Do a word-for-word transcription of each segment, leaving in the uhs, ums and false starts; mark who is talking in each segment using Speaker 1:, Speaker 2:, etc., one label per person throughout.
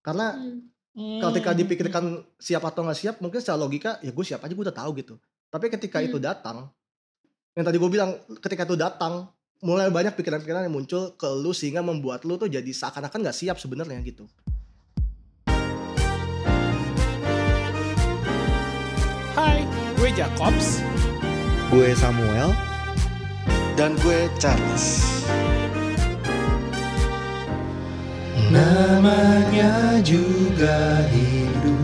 Speaker 1: Karena
Speaker 2: Hmm.
Speaker 1: ketika
Speaker 2: Hmm.
Speaker 1: dipikirkan siap atau nggak siap, mungkin secara logika ya gue siap aja, gue udah tahu gitu. Tapi ketika itu
Speaker 3: Hmm.
Speaker 1: datang, yang tadi gue bilang, ketika itu datang, mulai banyak pikiran-pikiran yang muncul ke lu sehingga membuat lu tuh jadi seakan-akan nggak siap sebenarnya gitu.
Speaker 2: Hai, gue Jacobs.
Speaker 4: Gue Samuel.
Speaker 5: Dan gue Charles.
Speaker 4: Namanya juga hidup.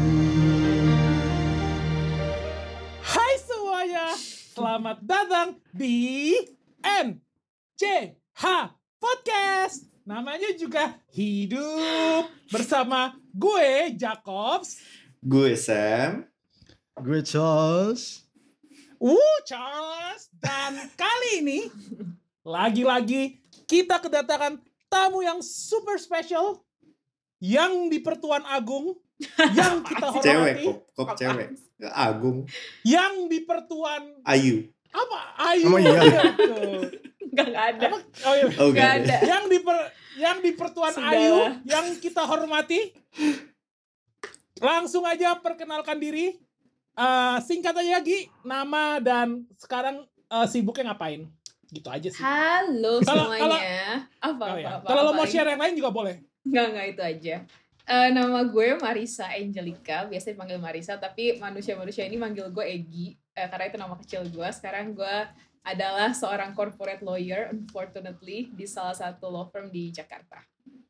Speaker 2: Hai semuanya, selamat datang di N C H Podcast. Namanya juga hidup, bersama gue Jacobs.
Speaker 4: Gue Sam.
Speaker 1: Gue Charles.
Speaker 2: Uh, Charles. Dan kali ini lagi-lagi kita kedatangan tamu yang super special, yang di Pertuan Agung, yang kita hormati.
Speaker 4: Cewek kok, kok cewek. Agung.
Speaker 2: Yang di Pertuan
Speaker 4: Ayu.
Speaker 2: apa? Ayu.
Speaker 1: Emang iya?
Speaker 3: Enggak, enggak ada.
Speaker 2: Apa? Oh iya.
Speaker 4: Oh,
Speaker 3: Enggak
Speaker 4: gak
Speaker 3: ada.
Speaker 2: Yang di per, yang di Pertuan
Speaker 3: Sudahlah.
Speaker 2: Ayu, yang kita hormati. Langsung aja perkenalkan diri. Uh, singkat aja Gi, nama dan sekarang uh, sibuknya ngapain? Gitu aja sih.
Speaker 3: Halo
Speaker 2: Kalau-
Speaker 3: semuanya. Apa,
Speaker 2: Oh,
Speaker 3: apa,
Speaker 2: ya.
Speaker 3: apa,
Speaker 2: Kalau lo
Speaker 3: apa
Speaker 2: mau
Speaker 3: ini?
Speaker 2: share yang lain juga boleh.
Speaker 3: Enggak, enggak, itu aja. Eh, nama gue Marisa Angelica, biasa dipanggil Marisa, tapi manusia-manusia ini manggil gue Egi, eh, karena itu nama kecil gue. Sekarang gue adalah seorang corporate lawyer, unfortunately, di salah satu law firm di Jakarta.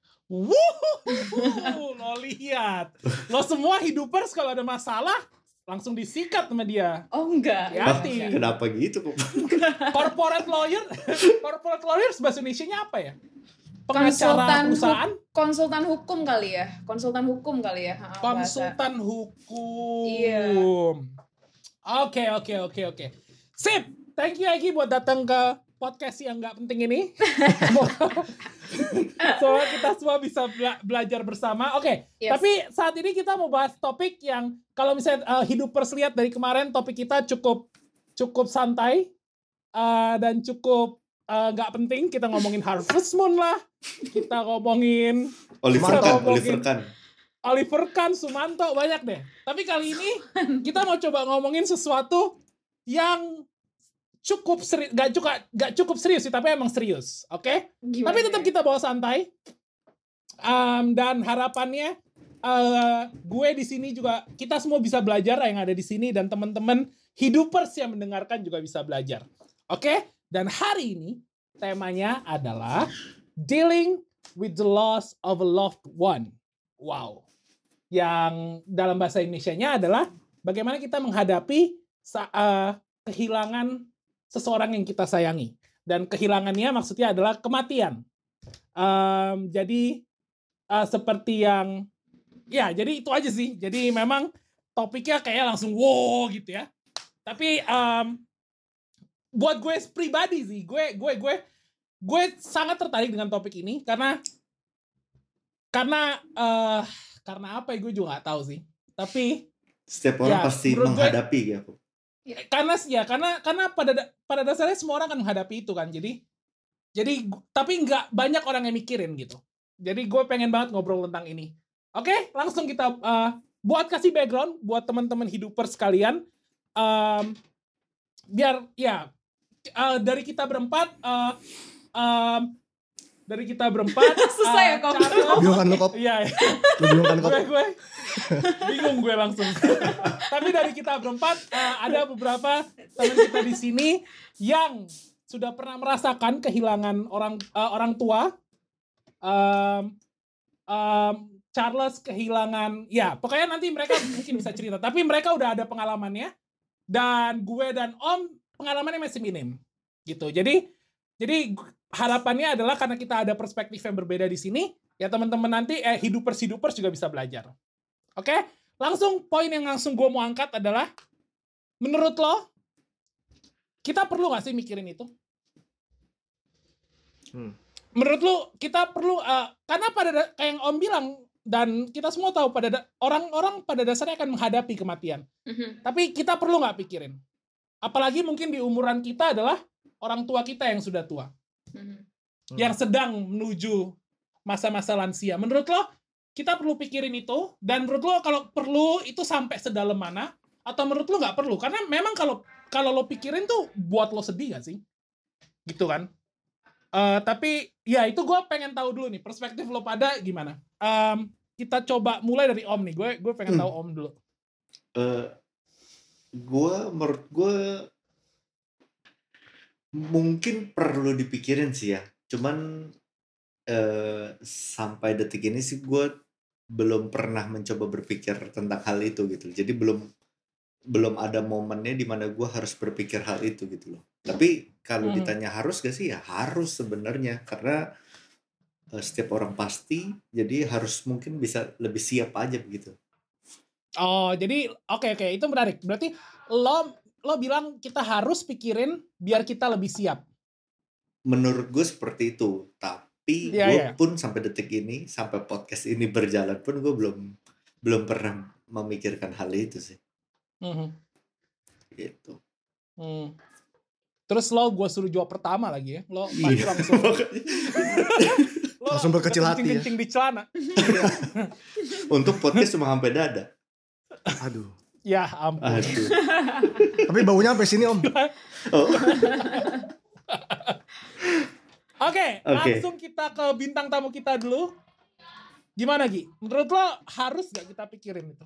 Speaker 2: Wuh, lo lihat. Lo semua hidupers kalau ada masalah langsung disikat sama dia.
Speaker 3: Oh enggak.
Speaker 2: Ya.
Speaker 4: Ah,
Speaker 2: Hati.
Speaker 4: kenapa gitu kok?
Speaker 2: Corporate lawyer, corporate lawyers bahasa Indonesianya apa ya? Pengacara
Speaker 3: Konsultan
Speaker 2: perusahaan,
Speaker 3: Konsultan hukum kali ya, konsultan hukum kali ya. ha, bahasa.
Speaker 2: konsultan hukum.
Speaker 3: Iya.
Speaker 2: Oke, oke, oke, oke. Sip. Thank you Egi buat datang ke podcast yang nggak penting ini. Semoga, semoga kita semua bisa bela- belajar bersama. Oke,
Speaker 3: Yes.
Speaker 2: tapi saat ini kita mau bahas topik yang kalau misalnya uh, hidupers lihat dari kemarin, topik kita cukup cukup santai uh, dan cukup uh, nggak penting. Kita ngomongin Harvest Moon lah, kita ngomongin
Speaker 4: Oliver
Speaker 1: Mantap.
Speaker 4: Kahn,
Speaker 2: Ngomongin-
Speaker 4: Oliver Kahn.
Speaker 2: Oliver Kahn, Sumanto, banyak deh. Tapi kali ini kita mau coba ngomongin sesuatu yang cukup serius, gak cukup, gak cukup serius sih, tapi emang serius, oke?
Speaker 3: Gimana
Speaker 2: Tapi tetap
Speaker 3: ya?
Speaker 2: kita bawa santai. Um, dan harapannya uh, gue di sini juga kita semua bisa belajar yang ada di sini dan teman-teman hidupers yang mendengarkan juga bisa belajar, oke? Dan hari ini temanya adalah dealing with the loss of a loved one. Wow. Yang dalam bahasa Indonesianya adalah bagaimana kita menghadapi sa- uh, kehilangan seseorang yang kita sayangi. Dan kehilangannya maksudnya adalah kematian. Um, jadi uh, seperti yang, ya jadi itu aja sih. Jadi memang topiknya kayak langsung wow gitu ya. Tapi um, buat gue pribadi sih, gue gue gue gue sangat tertarik dengan topik ini karena karena uh, karena apa ya gue juga nggak tahu sih. Tapi
Speaker 4: Setiap orang
Speaker 2: Ya,
Speaker 4: pasti
Speaker 2: menurut gue-
Speaker 4: menghadapi gitu.
Speaker 2: karena ya karena karena pada da- pada dasarnya semua orang akan menghadapi itu kan. Jadi jadi gu- tapi nggak banyak orang yang mikirin gitu. Jadi gue pengen banget ngobrol tentang ini. Oke, langsung kita uh, buat kasih background buat teman-teman hidupers sekalian. Um, biar ya uh, dari kita berempat uh, um, dari kita berempat
Speaker 3: Susah ya,
Speaker 2: uh,
Speaker 3: Kok?
Speaker 2: Charles-
Speaker 1: Bingung kan lu, Kop?
Speaker 2: Iya,
Speaker 1: Lu bingung kan, Kop?
Speaker 2: gue gue bingung gue langsung. Tapi dari kita berempat uh, ada beberapa teman kita di sini yang sudah pernah merasakan kehilangan orang uh, orang tua. Um, um, Charles kehilangan, ya pokoknya nanti mereka mungkin bisa cerita. Tapi mereka udah ada pengalamannya dan gue dan Om pengalamannya masih minim, gitu. Jadi jadi harapannya adalah karena kita ada perspektif yang berbeda di sini, ya teman-teman nanti eh hidupers-hidupers juga bisa belajar. Oke? Langsung poin yang langsung gue mau angkat adalah menurut lo kita perlu gak sih mikirin itu?
Speaker 1: Hmm.
Speaker 2: Menurut lo kita perlu uh, karena pada da- kayak yang Om bilang dan kita semua tahu pada da- orang-orang pada dasarnya akan menghadapi kematian.
Speaker 3: Mhm.
Speaker 2: Tapi kita perlu gak pikirin? Apalagi mungkin di umuran kita adalah orang tua kita yang sudah tua.
Speaker 3: Mhm.
Speaker 2: Yang sedang menuju masa-masa lansia. Menurut lo kita perlu pikirin itu, dan menurut lo kalau perlu itu sampai sedalam mana, atau menurut lo nggak perlu? Karena memang kalau kalau lo pikirin tuh buat lo sedih gak sih? Gitu kan? Uh, tapi ya itu gue pengen tahu dulu nih perspektif lo pada gimana. Um, kita coba mulai dari Om nih. Gue gue pengen tahu Om dulu.
Speaker 4: Uh, gue menurut gue mungkin perlu dipikirin sih ya. Cuman uh, sampai detik ini sih gue belum pernah mencoba berpikir tentang hal itu gitu. Jadi belum belum ada momennya di mana gue harus berpikir hal itu gitu loh. Tapi kalau hmm. ditanya harus gak sih, ya harus sebenarnya, karena uh, setiap orang pasti, jadi harus mungkin bisa lebih siap aja begitu.
Speaker 2: Oh, jadi oke okay, oke okay. Itu menarik. Berarti lo lo bilang kita harus pikirin biar kita lebih siap.
Speaker 4: Menurut gue seperti itu. Tapi
Speaker 2: yeah,
Speaker 4: gue
Speaker 2: yeah.
Speaker 4: pun sampai detik ini, sampai podcast ini berjalan pun gue belum belum pernah memikirkan hal itu sih.
Speaker 2: Mm-hmm.
Speaker 4: Gitu.
Speaker 2: Hmm. Terus lo gue suruh jawab pertama lagi ya. Lo pasti langsung lo
Speaker 1: langsung berkecil hati ya.
Speaker 2: Kencing di celana.
Speaker 4: Untuk podcast cuma sampai dada.
Speaker 1: Aduh.
Speaker 2: Ya ampun.
Speaker 4: Aduh.
Speaker 1: Tapi baunya sampai sini Om.
Speaker 4: Oh.
Speaker 2: Oke,
Speaker 4: okay.
Speaker 2: langsung kita ke bintang tamu kita dulu. Gimana Gi? Menurut lo harus gak kita pikirin itu?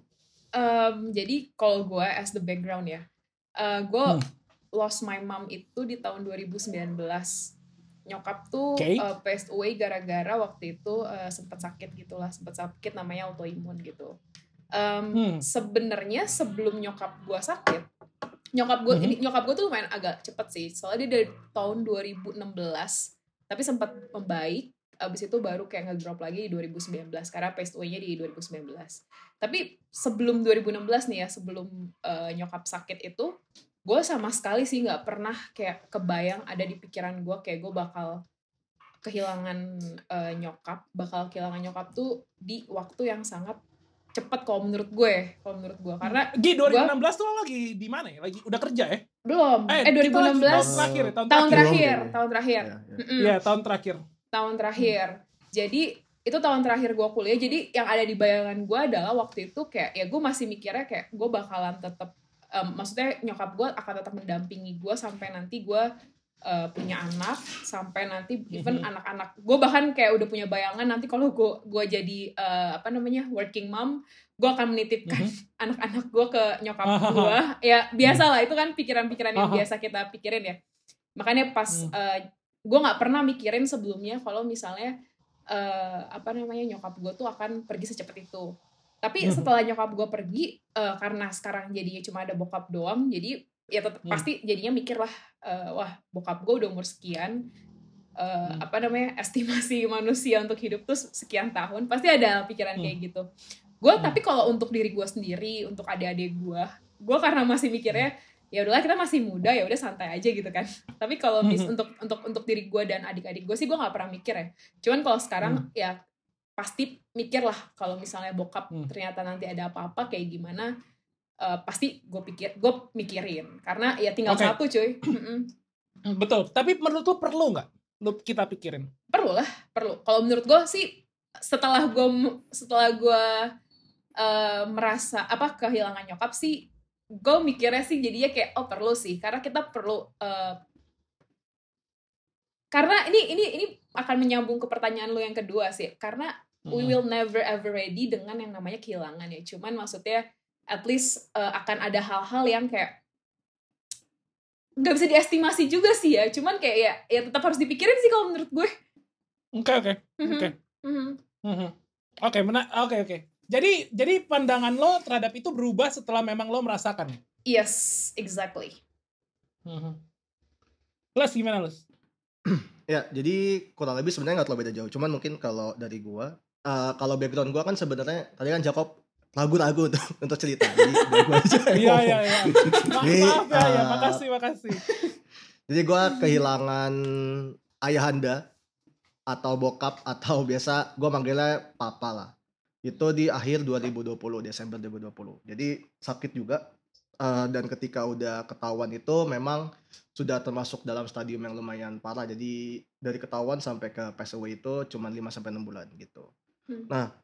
Speaker 3: Um, jadi kalau gue as the background ya, uh, gue hmm. lost my mom itu di tahun dua ribu sembilan belas. Nyokap tuh okay. uh, passed away gara-gara waktu itu uh, sempat sakit gitulah, sempat sakit namanya autoimun gitu. Um, hmm. Sebenarnya sebelum nyokap gue sakit, nyokap gue mm-hmm. nyokap gue tuh lumayan agak cepet sih, soalnya dia dari tahun dua ribu enam belas, tapi sempat membaik. Abis itu baru kayak ngedrop lagi di dua ribu sembilan belas karena passed away-nya di dua ribu sembilan belas. Tapi sebelum dua ribu enam belas nih ya, sebelum uh, nyokap sakit itu, gue sama sekali sih nggak pernah kayak kebayang ada di pikiran gue kayak gue bakal kehilangan uh, nyokap, bakal kehilangan nyokap tuh di waktu yang sangat cepet kalau menurut gue, kalau menurut gue karena
Speaker 2: Gi dua ribu enam belas gua, tuh lo lagi di mana ya? Lagi udah kerja ya?
Speaker 3: Belum. Eh, eh dua ribu enam belas
Speaker 2: tahun terakhir, ya? tahun,
Speaker 3: tahun
Speaker 2: terakhir,
Speaker 3: terakhir, tahun terakhir.
Speaker 2: Iya, tahun terakhir.
Speaker 3: Tahun terakhir. Hmm. Jadi itu tahun terakhir gue kuliah. Jadi yang ada di bayangan gue adalah waktu itu kayak ya gue masih mikirnya kayak gue bakalan tetap, um, maksudnya nyokap gue akan tetap mendampingi gue sampai nanti gue uh, punya anak, sampai nanti even mm-hmm. anak-anak gue bahkan kayak udah punya bayangan nanti kalau gue gue jadi uh, apa namanya working mom, gue akan menitipkan mm-hmm. anak-anak gue ke nyokap gue. Ya biasa lah, itu kan pikiran-pikiran yang biasa kita pikirin ya. Makanya pas mm. uh, gue nggak pernah mikirin sebelumnya kalau misalnya uh, apa namanya nyokap gue tuh akan pergi secepat itu. Tapi mm-hmm. setelah nyokap gue pergi, uh, karena sekarang jadinya cuma ada bokap doang, jadi ya tetap mm. pasti jadinya mikir lah, uh, wah bokap gue udah umur sekian, uh, mm. apa namanya estimasi manusia untuk hidup tuh sekian tahun, pasti ada pikiran mm. kayak gitu. Gue hmm. tapi kalau untuk diri gue sendiri, untuk adik-adik gue, gue karena masih mikirnya ya udahlah kita masih muda, ya udah santai aja gitu kan. Tapi kalau mis hmm. untuk untuk untuk diri gue dan adik-adik gue sih gue nggak pernah mikir ya. Cuman kalau sekarang hmm. ya pasti mikir lah kalau misalnya bokap hmm. ternyata nanti ada apa-apa kayak gimana, uh, pasti gue pikir gue mikirin karena ya tinggal okay. satu cuy.
Speaker 2: Betul. Tapi menurut lu perlu nggak lu kita pikirin?
Speaker 3: Perlu lah, perlu. Kalau menurut gue sih setelah gue setelah gue Uh, merasa apa kehilangan nyokap sih, gue mikirnya sih jadinya kayak oh perlu sih, karena kita perlu uh, karena ini ini ini akan menyambung ke pertanyaan lo yang kedua sih, karena hmm. we will never ever ready dengan yang namanya kehilangan ya. Cuman maksudnya at least uh, akan ada hal-hal yang kayak nggak bisa diestimasi juga sih ya. Cuman kayak ya ya tetap harus dipikirin sih kalau menurut gue.
Speaker 2: Oke oke oke oke menak oke oke. Jadi jadi pandangan lo terhadap itu berubah setelah memang lo merasakan.
Speaker 3: Yes, exactly.
Speaker 2: Mm-hmm. Plus gimana Lus?
Speaker 1: Ya, jadi kurang lebih sebenarnya nggak terlalu beda jauh. Cuman mungkin kalau dari gua, uh, kalau background gua kan sebenarnya tadi kan Jacob ragu-ragu untuk untuk cerita. Jadi gua aja.
Speaker 2: Iya iya iya. Maaf ya, ya, makasih makasih.
Speaker 1: Jadi gua kehilangan ayahanda atau bokap atau biasa gua manggilnya papa lah. Itu di akhir dua ribu dua puluh, Desember dua ribu dua puluh. Jadi sakit juga, uh, dan ketika udah ketahuan itu memang sudah termasuk dalam stadium yang lumayan parah. Jadi dari ketahuan sampai ke pass away itu cuma lima sampai enam bulan gitu. Hmm. Nah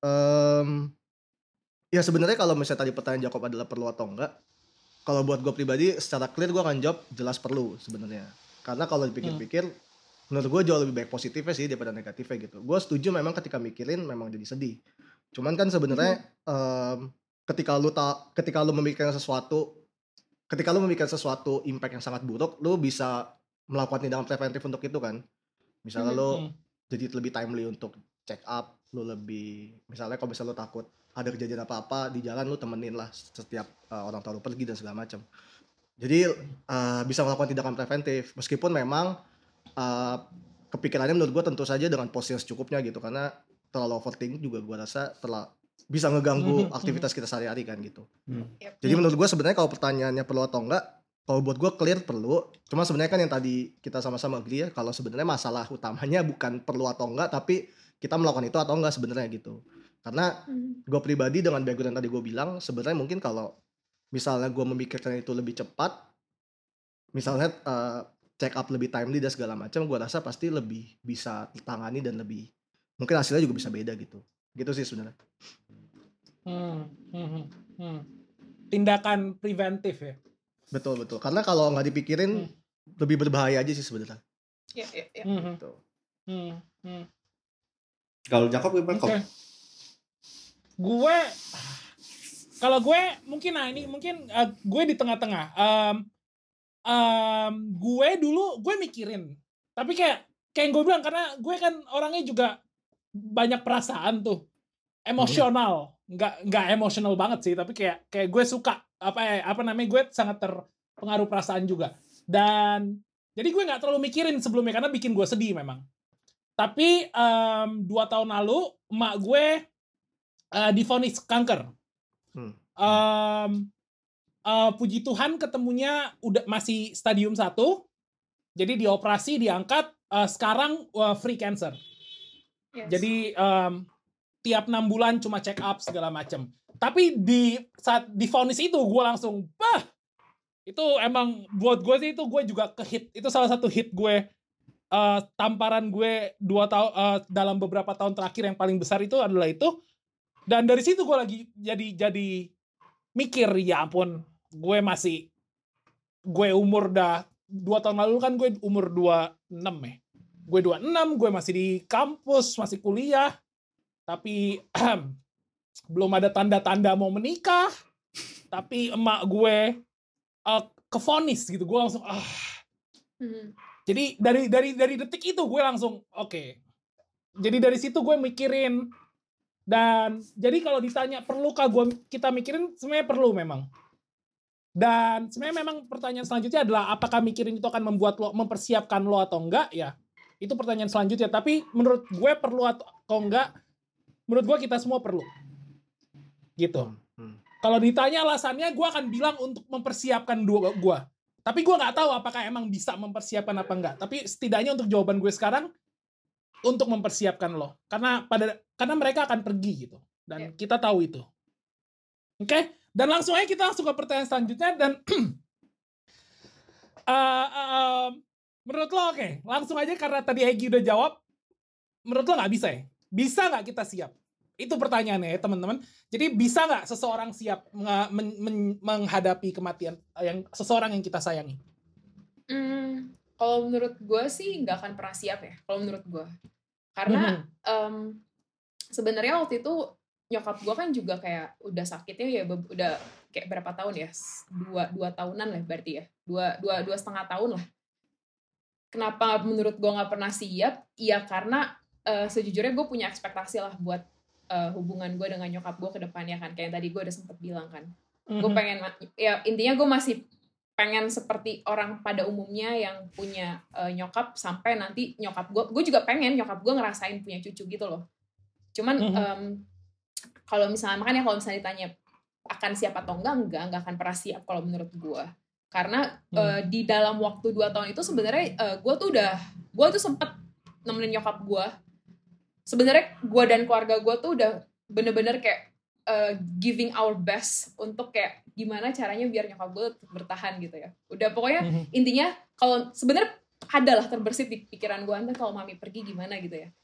Speaker 1: Um, ya sebenarnya kalau misalnya tadi pertanyaan Jacob adalah perlu atau enggak, kalau buat gue pribadi secara clear gue akan jawab jelas perlu sebenarnya. Karena kalau dipikir-pikir, hmm. menurut gue jauh lebih baik positifnya sih daripada negatifnya gitu. Gue setuju memang ketika mikirin memang jadi sedih. Cuman kan sebenarnya hmm. um, ketika lu ta- ketika lu memikirkan sesuatu, ketika lu memikirkan sesuatu impact yang sangat buruk, lu bisa melakukan tindakan preventif untuk itu kan. Misalnya hmm. lu jadi lebih timely untuk check up, lu lebih misalnya kalau misalnya lu takut ada kejadian apa-apa di jalan, lu temenin lah setiap uh, orang tua lu pergi dan segala macam. Jadi uh, bisa melakukan tindakan preventif meskipun memang uh, kepikirannya menurut gue tentu saja dengan posisi yang secukupnya gitu, karena terlalu overthinking juga gue rasa telah bisa ngeganggu mm-hmm. aktivitas kita sehari-hari kan gitu. Mm. Jadi menurut gue sebenarnya kalau pertanyaannya perlu atau enggak, kalau buat gue clear perlu. Cuma sebenarnya kan yang tadi kita sama-sama agree ya, kalau sebenarnya masalah utamanya bukan perlu atau enggak, tapi kita melakukan itu atau enggak sebenarnya gitu. Karena gue pribadi dengan background yang tadi gue bilang, sebenarnya mungkin kalau misalnya gue memikirkan itu lebih cepat, misalnya uh, check up lebih timely dan segala macam, gue rasa pasti lebih bisa ditangani dan lebih mungkin hasilnya juga bisa beda gitu. Gitu sih sebenarnya.
Speaker 2: Hmm, hmm, hmm. Tindakan preventif ya.
Speaker 1: Betul betul. Karena kalau nggak dipikirin hmm. lebih berbahaya aja sih sebenarnya.
Speaker 3: Iya iya iya.
Speaker 2: Hmm. Gitu. Hmm. Hmm.
Speaker 4: Kalau Jacob gimana?
Speaker 2: Okay. Gue, kalau gue mungkin nah ini mungkin uh, gue di tengah-tengah. Um, um, gue dulu gue mikirin, tapi kayak kayak gue bilang karena gue kan orangnya juga banyak perasaan tuh, emosional, nggak hmm. nggak emosional banget sih, tapi kayak kayak gue suka apa apa namanya gue sangat terpengaruh perasaan juga, dan jadi gue nggak terlalu mikirin sebelumnya karena bikin gue sedih memang. Tapi um, dua tahun lalu emak gue Uh, divonis kanker. Hmm. Um, uh, puji Tuhan ketemunya udah masih stadium satu, jadi dioperasi diangkat, uh, sekarang uh, free cancer. Yes. Jadi um, tiap enam bulan cuma check up segala macam. Tapi di saat divonis itu gue langsung, bah, itu emang buat gue sih itu gue juga ke hit. Itu salah satu hit gue, uh, tamparan gue dua tahun uh, dalam beberapa tahun terakhir yang paling besar itu adalah itu. Dan dari situ gue lagi jadi jadi mikir, ya ampun, gue masih gue umur dah dua tahun lalu kan gue umur dua puluh enam ya. Gue dua puluh enam, gue masih di kampus, masih kuliah. Tapi belum ada tanda-tanda mau menikah. Tapi emak gue uh, kevonis gitu, gue langsung ah. Hmm. Jadi dari dari dari detik itu gue langsung oke. Okay. Jadi dari situ gue mikirin. Dan jadi kalau ditanya perlukah gua kita mikirin, sebenarnya perlu memang. Dan sebenarnya memang pertanyaan selanjutnya adalah apakah mikirin itu akan membuat lo mempersiapkan lo atau enggak ya? Itu pertanyaan selanjutnya. Tapi menurut gue perlu atau enggak? Menurut gue kita semua perlu. Gitu. Hmm. Kalau ditanya alasannya, gue akan bilang untuk mempersiapkan dua gue. Tapi gue nggak tahu apakah emang bisa mempersiapkan apa enggak. Tapi setidaknya untuk jawaban gue sekarang, untuk mempersiapkan lo, karena pada karena mereka akan pergi gitu, dan yeah. kita tahu itu. Oke, okay? Dan langsung aja kita langsung ke pertanyaan selanjutnya, dan uh, uh, menurut lo oke, okay, langsung aja karena tadi Egy udah jawab, menurut lo nggak bisa ya? Bisa nggak kita siap? Itu pertanyaannya ya teman-teman. Jadi bisa nggak seseorang siap men- men- menghadapi kematian yang seseorang yang kita sayangi?
Speaker 3: Hmm, kalau menurut gue sih nggak akan pernah siap ya. Kalau menurut gue. Karena mm-hmm. um, sebenarnya waktu itu nyokap gue kan juga kayak udah sakitnya ya udah kayak berapa tahun ya, dua dua tahunan lah berarti ya, dua dua dua setengah tahun lah. Kenapa menurut gue nggak pernah siap? Iya karena uh, sejujurnya gue punya ekspektasi lah buat uh, hubungan gue dengan nyokap gue ke depannya kan, kayak yang tadi gue udah sempet bilang kan. Mm-hmm. Gue pengen ya intinya gue masih pengen seperti orang pada umumnya yang punya uh, nyokap sampai nanti nyokap gue, gue juga pengen nyokap gue ngerasain punya cucu gitu loh. Cuman mm-hmm. um, kalau misalnya makanya kalau misalnya ditanya akan siap atau enggak, enggak, enggak akan pernah siap kalau menurut gue. Karena mm. uh, di dalam waktu dua tahun itu sebenarnya uh, gue tuh udah, gue tuh sempet nemenin nyokap gue. Sebenarnya gue dan keluarga gue tuh udah bener-bener kayak Uh, giving our best untuk kayak gimana caranya biar nyokap gue bertahan gitu ya. Udah pokoknya mm-hmm. intinya kalau sebenarnya adalah terbersit di pikiran gue, nanti kalau mami pergi gimana gitu ya.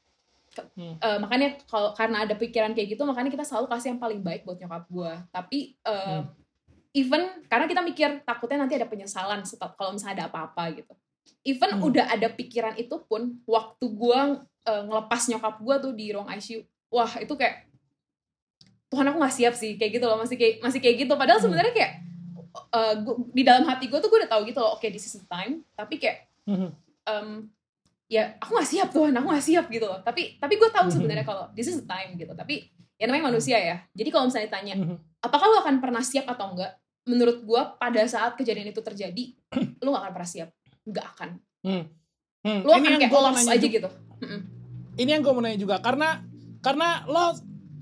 Speaker 2: Hmm.
Speaker 3: Uh, makanya kalau karena ada pikiran kayak gitu, makanya kita selalu kasih yang paling baik buat nyokap gue. Tapi uh,
Speaker 2: Hmm.
Speaker 3: even karena kita mikir takutnya nanti ada penyesalan setelah kalau misalnya ada apa-apa gitu. Even
Speaker 2: Hmm.
Speaker 3: udah ada pikiran itu pun, waktu gue uh, ngelepas nyokap gue tuh di ruang I C U, wah itu kayak Tuhan aku nggak siap sih kayak gitu loh, masih kayak masih kayak gitu. Padahal
Speaker 2: Hmm.
Speaker 3: sebenarnya kayak uh, gua, di dalam hati gue tuh gue udah tahu gitu loh, oke okay, this is the time. Tapi kayak
Speaker 2: Hmm.
Speaker 3: um, ya aku nggak siap Tuhan, aku nggak siap gitu loh. Tapi tapi gue tahu
Speaker 2: Hmm.
Speaker 3: sebenarnya kalau this is the time gitu. Tapi ya namanya manusia ya. Jadi kalau misalnya ditanya,
Speaker 2: Hmm.
Speaker 3: apakah lu akan pernah siap atau enggak? Menurut gue pada saat kejadian itu terjadi, lu gak akan pernah siap, nggak akan.
Speaker 2: Hmm. Hmm.
Speaker 3: Lu akan kayak
Speaker 2: gua mau
Speaker 3: lost
Speaker 2: nanya
Speaker 3: aja
Speaker 2: juga.
Speaker 3: gitu. Mm-mm.
Speaker 2: Ini yang gue mau nanya juga karena karena lo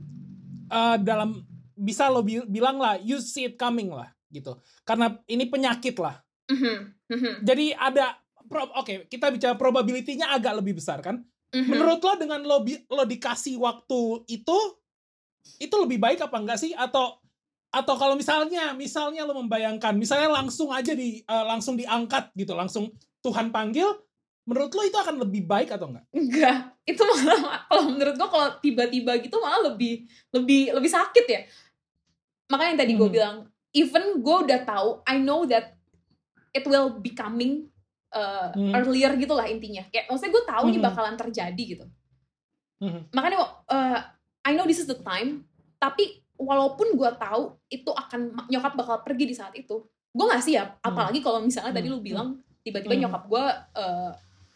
Speaker 2: uh, dalam bisa lo bi- bilang lah you see it coming lah gitu. Karena ini penyakit lah.
Speaker 3: Mhm, mhm,
Speaker 2: Jadi ada pro- oke, okay, kita bicara probability-nya agak lebih besar kan?
Speaker 3: mhm.
Speaker 2: Menurut lo dengan lo bi- lo dikasih waktu itu itu lebih baik apa enggak sih? Atau atau kalau misalnya misalnya lo membayangkan misalnya langsung aja di uh, langsung diangkat gitu, langsung Tuhan panggil, menurut lo itu akan lebih baik atau enggak?
Speaker 3: Enggak, itu malah kalau menurut gue kalau tiba-tiba gitu malah lebih lebih lebih sakit ya. Makanya yang tadi gue
Speaker 2: Hmm.
Speaker 3: bilang, even gue udah tahu, I know that it will be coming uh,
Speaker 2: Hmm.
Speaker 3: earlier gitu lah intinya. Kayak maksudnya gue tahu ini
Speaker 2: Hmm.
Speaker 3: bakalan terjadi gitu.
Speaker 2: Hmm.
Speaker 3: Makanya uh, I know this is the time, tapi walaupun gue tahu itu akan nyokap bakal pergi di saat itu, gue nggak siap.
Speaker 2: Hmm.
Speaker 3: Apalagi kalau misalnya
Speaker 2: Hmm.
Speaker 3: tadi lu bilang tiba-tiba
Speaker 2: Hmm.
Speaker 3: nyokap gue uh,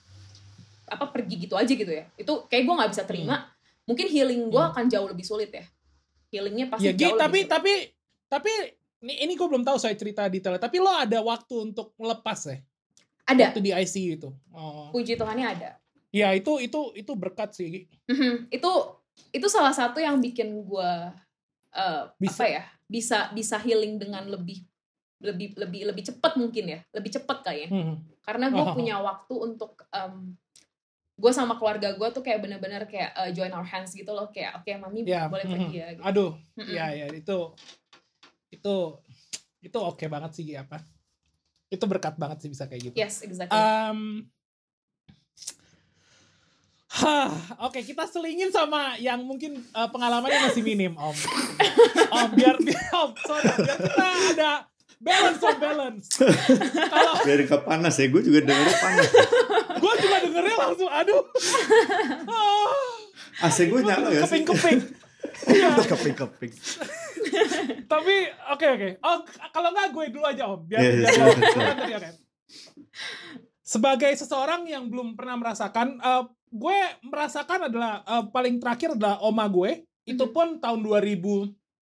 Speaker 3: apa pergi gitu aja gitu ya, itu kayak gue nggak bisa terima.
Speaker 2: Hmm.
Speaker 3: Mungkin healing gue
Speaker 2: Hmm.
Speaker 3: akan jauh lebih sulit ya. Healingnya pasti
Speaker 2: Ya, Gi,
Speaker 3: jauh
Speaker 2: tapi
Speaker 3: lebih sulit.
Speaker 2: tapi tapi ini ini gue belum tahu soal cerita detailnya. Tapi lo ada waktu untuk melepas ya?
Speaker 3: Ada.
Speaker 2: Waktu di I C U itu. Oh.
Speaker 3: Puji Tuhannya ada.
Speaker 2: Ya itu itu itu berkat sih. Gi.
Speaker 3: Mhm. Itu itu salah satu yang bikin gue uh,
Speaker 2: Bisa.
Speaker 3: apa ya bisa bisa healing dengan lebih lebih lebih lebih cepat mungkin ya, lebih cepat kayaknya.
Speaker 2: Hmm.
Speaker 3: Karena gue
Speaker 2: Oh.
Speaker 3: punya waktu untuk um, gue sama keluarga gue tuh kayak bener-bener kayak uh, join our hands gitu loh, kayak oke okay, mami
Speaker 2: Ya.
Speaker 3: boleh
Speaker 2: Hmm.
Speaker 3: pergi ya gitu.
Speaker 2: Aduh.
Speaker 3: Mm-mm.
Speaker 2: Ya ya itu itu itu oke banget sih Gi, apa? Itu berkat banget sih bisa kayak gitu.
Speaker 3: Yes, exactly.
Speaker 2: Um, Hah, oke okay, kita selingin sama yang mungkin uh, pengalamannya masih minim, Om. Om biar biar Om, sorry, biar kita ada balance of balance. Kalau
Speaker 4: Biar gak panas ya, gue juga dengernya panas.
Speaker 2: gue juga dengernya langsung, aduh,
Speaker 4: A C gue nyala ya sih.
Speaker 2: keping-keping. Iya.
Speaker 1: Keping-keping.
Speaker 2: Tapi oke okay, oke. Okay. Oh kalau nggak gue dulu aja Om, biar
Speaker 4: Yes,
Speaker 2: biar
Speaker 4: yes,
Speaker 2: Om.
Speaker 4: yes.
Speaker 2: Silakan tadi, oke. Sebagai seseorang yang belum pernah merasakan, uh, gue merasakan adalah uh, paling terakhir adalah oma gue. Itu pun tahun dua ribu.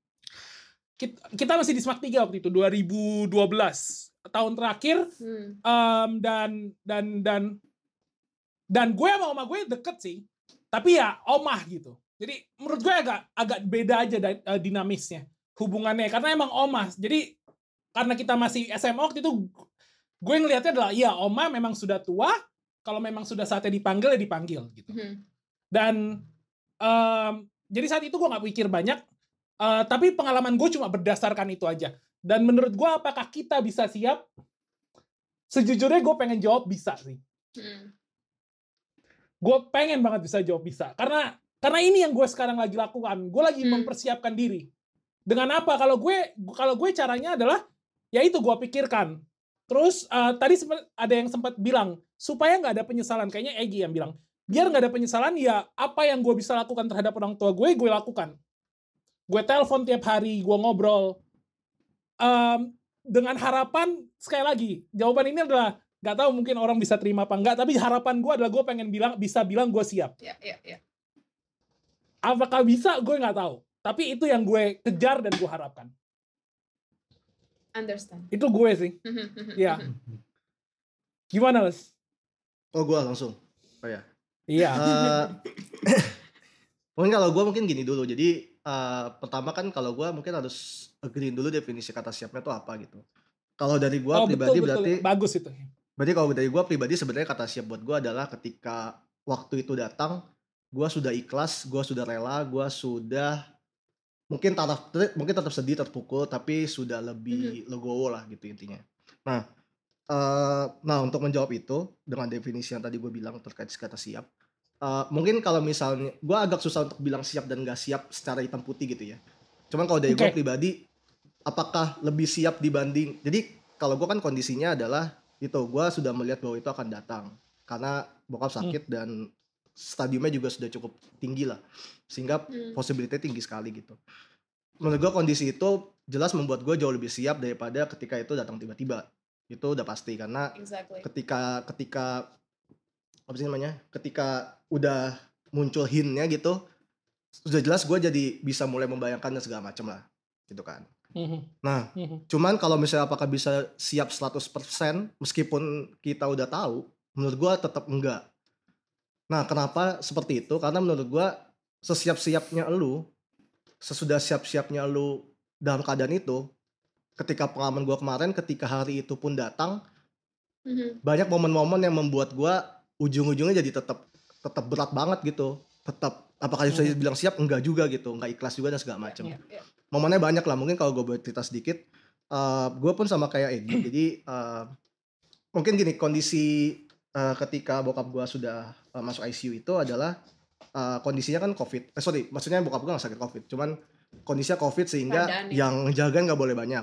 Speaker 2: Kita, kita masih di Smak tiga waktu itu, dua ribu dua belas. Tahun terakhir.
Speaker 3: Hmm.
Speaker 2: Um, dan dan dan dan gue sama oma gue deket sih. Tapi ya omah gitu. Jadi menurut gue agak agak beda aja uh, dinamisnya. Hubungannya. Karena emang omah. Jadi karena kita masih S M A waktu itu, gue ngelihatnya adalah iya oma memang sudah tua, kalau memang sudah saatnya dipanggil ya dipanggil gitu.
Speaker 3: Hmm.
Speaker 2: Dan um, jadi saat itu gue nggak pikir banyak, uh, tapi pengalaman gue cuma berdasarkan itu aja. Dan menurut gue apakah kita bisa siap? Sejujurnya gue pengen jawab bisa sih.
Speaker 3: Hmm.
Speaker 2: Gue pengen banget bisa jawab bisa, karena karena ini yang gue sekarang lagi lakukan. Gue lagi
Speaker 3: Hmm.
Speaker 2: mempersiapkan diri. Dengan apa? Kalau gue kalau gue caranya adalah ya itu gue pikirkan. Terus uh, tadi sempat ada yang sempat bilang supaya nggak ada penyesalan, kayaknya Egi yang bilang biar nggak ada penyesalan ya apa yang gue bisa lakukan terhadap orang tua gue gue lakukan. Gue telepon tiap hari, gue ngobrol um, dengan harapan sekali lagi jawaban ini adalah nggak tahu mungkin orang bisa terima apa enggak, tapi harapan gue adalah gue pengen bilang bisa bilang gue siap.
Speaker 3: Ya, ya, ya.
Speaker 2: Apakah bisa gue nggak tahu, tapi itu yang gue kejar dan gue harapkan.
Speaker 3: Understand.
Speaker 2: Itu gue sih. Ya. Gimana, Les?
Speaker 1: Oh, gue langsung. Oh ya.
Speaker 2: Iya.
Speaker 1: Uh, mungkin kalau gue mungkin gini dulu. Jadi uh, pertama kan kalau gue mungkin harus agree dulu definisi kata siapnya itu apa gitu. Kalau dari gue
Speaker 2: Oh,
Speaker 1: pribadi
Speaker 2: betul,
Speaker 1: berarti
Speaker 2: betul. Bagus itu.
Speaker 1: berarti kalau dari gue pribadi sebenarnya kata siap buat gue adalah ketika waktu itu datang, gue sudah ikhlas, gue sudah rela, gue sudah mungkin taraf, mungkin tetap sedih, terpukul, tapi sudah lebih
Speaker 3: Mhm.
Speaker 1: legowo lah gitu intinya. Nah, uh, nah untuk menjawab itu dengan definisi yang tadi gue bilang terkait kata siap, uh, mungkin kalau misalnya gue agak susah untuk bilang siap dan gak siap secara hitam putih gitu ya. Cuman kalau dari gue
Speaker 2: Oke.
Speaker 1: pribadi, apakah lebih siap dibanding, jadi kalau gue kan kondisinya adalah itu, gue sudah melihat bahwa itu akan datang karena bokap
Speaker 2: Hmm.
Speaker 1: sakit dan stadiumnya juga sudah cukup tinggi lah, sehingga
Speaker 3: Hmm.
Speaker 1: possibility tinggi sekali gitu. Menurut gue kondisi itu jelas membuat gue jauh lebih siap daripada ketika itu datang tiba-tiba. Itu udah pasti, karena
Speaker 3: Exactly.
Speaker 1: ketika ketika apa sih namanya, ketika udah muncul hintnya gitu, sudah jelas gue jadi bisa mulai membayangkan dan segala macam lah gitu kan.
Speaker 2: Mhm.
Speaker 1: Nah,
Speaker 2: Mhm.
Speaker 1: cuman kalau misalnya apakah bisa siap seratus persen meskipun kita udah tahu, menurut gua tetap enggak. Nah, kenapa seperti itu? Karena menurut gua sesiap-siapnya elu, sesudah siap-siapnya elu dalam keadaan itu, ketika pengalaman gua kemarin, ketika hari itu pun datang,
Speaker 3: Mhm.
Speaker 1: banyak momen-momen yang membuat gua ujung-ujungnya jadi tetap tetap berat banget gitu. Tetap apakah bisa
Speaker 2: Mhm.
Speaker 1: dibilang siap? Enggak juga gitu, enggak ikhlas juga dan segala macam.
Speaker 3: Ya, ya.
Speaker 1: Momennya banyak lah, mungkin kalau gue boleh cerita sedikit, uh, gue pun sama kayak Edi, jadi uh, mungkin gini, kondisi uh, ketika bokap gue sudah uh, masuk I C U itu adalah uh, kondisinya kan COVID, eh sorry, maksudnya bokap gue gak sakit COVID, cuman kondisinya COVID sehingga
Speaker 3: Keadaannya.
Speaker 1: yang ngejagain gak boleh banyak,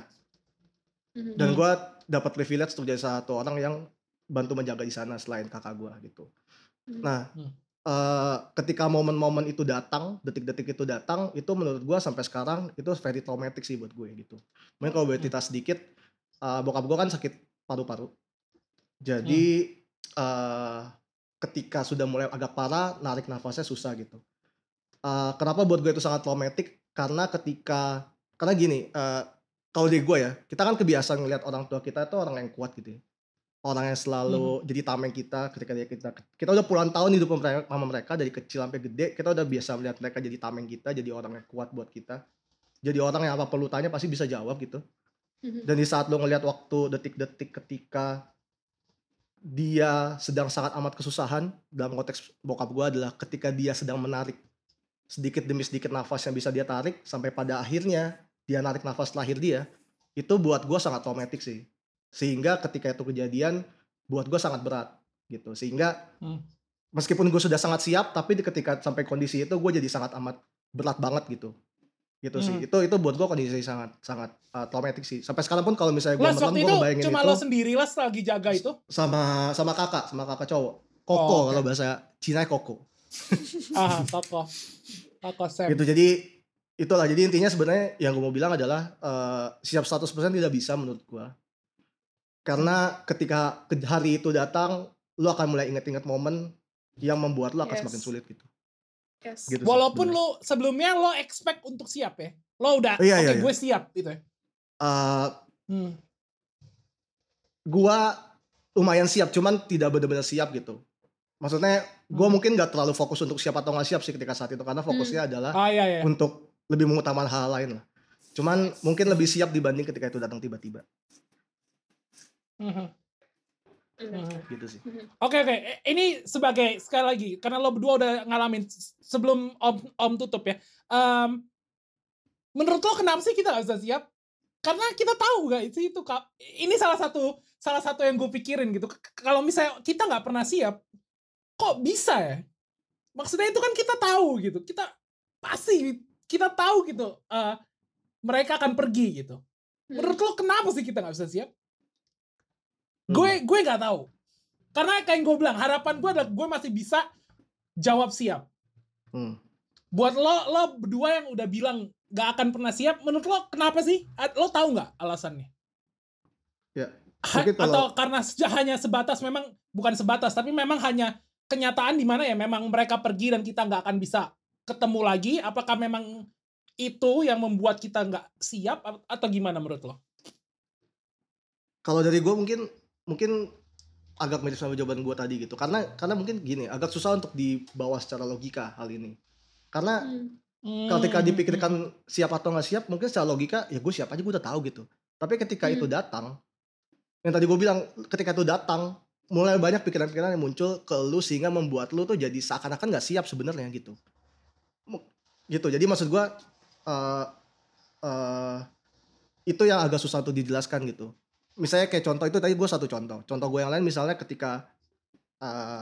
Speaker 3: Mhm.
Speaker 1: dan
Speaker 2: Hmm.
Speaker 1: gue dapat privilege untuk jadi satu orang yang bantu menjaga di sana selain kakak gue gitu.
Speaker 3: Mhm.
Speaker 1: Nah,
Speaker 2: Hmm.
Speaker 1: Uh, ketika momen-momen itu datang, detik-detik itu datang, itu menurut gue sampai sekarang itu very traumatic sih buat gue gitu. Mungkin kalau boleh
Speaker 2: Hmm.
Speaker 1: cerita sedikit, uh, bokap gue kan sakit paru-paru.
Speaker 2: Hmm.
Speaker 1: Jadi uh, ketika sudah mulai agak parah, narik nafasnya susah gitu. Uh, kenapa buat gue itu sangat traumatic? Karena ketika, karena gini, uh, kalau dari gue ya, kita kan kebiasaan ngelihat orang tua kita itu orang yang kuat gitu ya. Orang yang
Speaker 2: Hmm.
Speaker 1: selalu jadi tameng kita ketika dia kita kita udah puluhan tahun hidup sama mama mereka dari kecil sampai gede, kita udah biasa melihat mereka jadi tameng kita, jadi orang yang kuat buat kita, jadi orang yang apa perlu tanya pasti bisa jawab gitu.
Speaker 3: Mhm.
Speaker 1: Dan di saat lo ngelihat waktu detik-detik ketika dia sedang sangat amat kesusahan, dalam konteks bokap gue adalah ketika dia sedang menarik sedikit demi sedikit nafas yang bisa dia tarik sampai pada akhirnya dia narik nafas terakhir dia, itu buat gue sangat traumatik sih. Sehingga ketika itu kejadian buat gue sangat berat gitu. Sehingga
Speaker 2: Hmm.
Speaker 1: meskipun gue sudah sangat siap, tapi di ketika sampai kondisi itu gue jadi sangat amat berat banget gitu. Gitu sih.
Speaker 2: Hmm.
Speaker 1: Itu itu buat gue kondisi sangat sangat uh, traumatik sih. Sampai sekarang pun kalau misalnya gue
Speaker 2: Las
Speaker 1: merem,
Speaker 2: waktu
Speaker 1: gue
Speaker 2: itu
Speaker 1: ngebayangin
Speaker 2: cuma
Speaker 1: itu
Speaker 2: lo sendiri Las lagi jaga itu?
Speaker 1: sama sama kakak, sama kakak cowok. Koko
Speaker 2: Oh, oke.
Speaker 1: kalau bahasa Cina Koko.
Speaker 2: Ah, Koko. Koko Sam.
Speaker 1: Gitu. Jadi itulah, jadi intinya sebenarnya yang gue mau bilang adalah uh, siap seratus persen tidak bisa menurut gue. Karena ketika ke- hari itu datang, lu akan mulai inget-inget momen yang membuat lu akan semakin
Speaker 3: Yes.
Speaker 1: sulit gitu.
Speaker 3: Yes.
Speaker 1: Gitu sih
Speaker 2: Walaupun
Speaker 1: sebenarnya.
Speaker 2: lo sebelumnya lo expect untuk siap ya. Lo udah
Speaker 1: Iya,
Speaker 2: oke
Speaker 1: iya, iya.
Speaker 2: gue siap gitu ya.
Speaker 1: Uh,
Speaker 2: Hmm.
Speaker 1: gua lumayan siap, cuman tidak benar-benar siap gitu. Maksudnya gua
Speaker 2: Hmm.
Speaker 1: mungkin gak terlalu fokus untuk siap atau gak siap sih ketika saat itu, karena fokusnya adalah
Speaker 2: Ah iya iya.
Speaker 1: untuk lebih mengutamakan hal lain lah. Cuman mungkin lebih siap dibanding ketika itu datang tiba-tiba.
Speaker 2: Mhm.
Speaker 3: Bener.
Speaker 2: Mhm.
Speaker 1: Gitu sih.
Speaker 3: Mhm.
Speaker 2: Oke oke, E- ini sebagai sekali lagi karena lo berdua udah ngalamin s- sebelum Om Om tutup ya. Em, menurut lo kenapa sih kita gak bisa siap? Karena kita tahu gak itu itu Kak. Ini salah satu salah satu yang gue pikirin gitu. K- Kalau misalnya kita nggak pernah siap, kok bisa ya? Maksudnya itu kan kita tahu gitu. Kita pasti kita tahu gitu. eh, mereka akan pergi gitu.
Speaker 3: Hmm.
Speaker 2: Menurut lo kenapa sih kita nggak bisa siap?
Speaker 1: Hmm.
Speaker 2: Gue gue nggak tahu. Karena kayak yang gue bilang, harapan gue adalah gue masih bisa jawab siap.
Speaker 1: Hmm.
Speaker 2: Buat lo, lo berdua yang udah bilang gak akan pernah siap, menurut lo kenapa sih? A- Lo tahu nggak alasannya?
Speaker 1: Ya.
Speaker 2: Ha-
Speaker 1: Mungkin kalau-
Speaker 2: atau karena se- hanya sebatas memang, bukan sebatas, tapi memang hanya kenyataan di mana ya memang mereka pergi dan kita nggak akan bisa ketemu lagi. Apakah memang itu yang membuat kita nggak siap a- atau gimana menurut lo?
Speaker 1: Kalau dari gue mungkin mungkin agak mirip sama jawaban gue tadi gitu. Karena karena mungkin gini, agak susah untuk dibawa secara logika hal ini. Karena
Speaker 3: Hmm.
Speaker 1: ketika
Speaker 2: Hmm.
Speaker 1: dipikirkan siap atau nggak siap, mungkin secara logika ya gue siap aja, gue udah tahu gitu. Tapi ketika
Speaker 3: Hmm.
Speaker 1: itu datang, yang tadi gue bilang, ketika itu datang mulai banyak pikiran-pikiran yang muncul ke lu sehingga membuat lu tuh jadi seakan-akan nggak siap sebenarnya gitu. Mu- Gitu. Jadi maksud gue uh, uh, itu yang agak susah untuk dijelaskan gitu. Misalnya kayak contoh itu tadi gue satu contoh. Contoh gue yang lain misalnya ketika uh,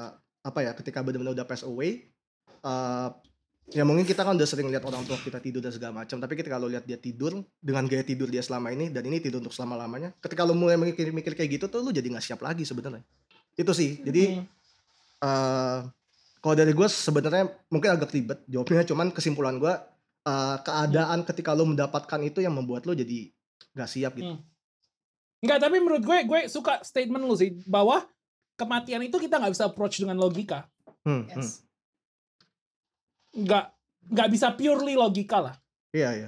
Speaker 1: apa ya, ketika benar-benar udah pass away, uh, ya mungkin kita kan udah sering lihat orang tua kita tidur dan segala macam, tapi ketika lo lihat dia tidur dengan gaya tidur dia selama ini, dan ini tidur untuk selama-lamanya, ketika lo mulai mikir-mikir kayak gitu tuh lo jadi nggak siap lagi sebenarnya. Itu sih. Jadi
Speaker 2: Hmm.
Speaker 1: uh, kalau dari gue sebenarnya mungkin agak ribet jawabnya, cuman kesimpulan gue, uh, keadaan ketika lo mendapatkan itu yang membuat lo jadi nggak siap gitu.
Speaker 2: Hmm. Enggak, tapi menurut gue, gue suka statement lu sih, bahwa kematian itu kita nggak bisa approach dengan logika.
Speaker 1: Hmm, hmm.
Speaker 3: Yes.
Speaker 2: Nggak, nggak bisa purely logika lah.
Speaker 1: Iya, iya.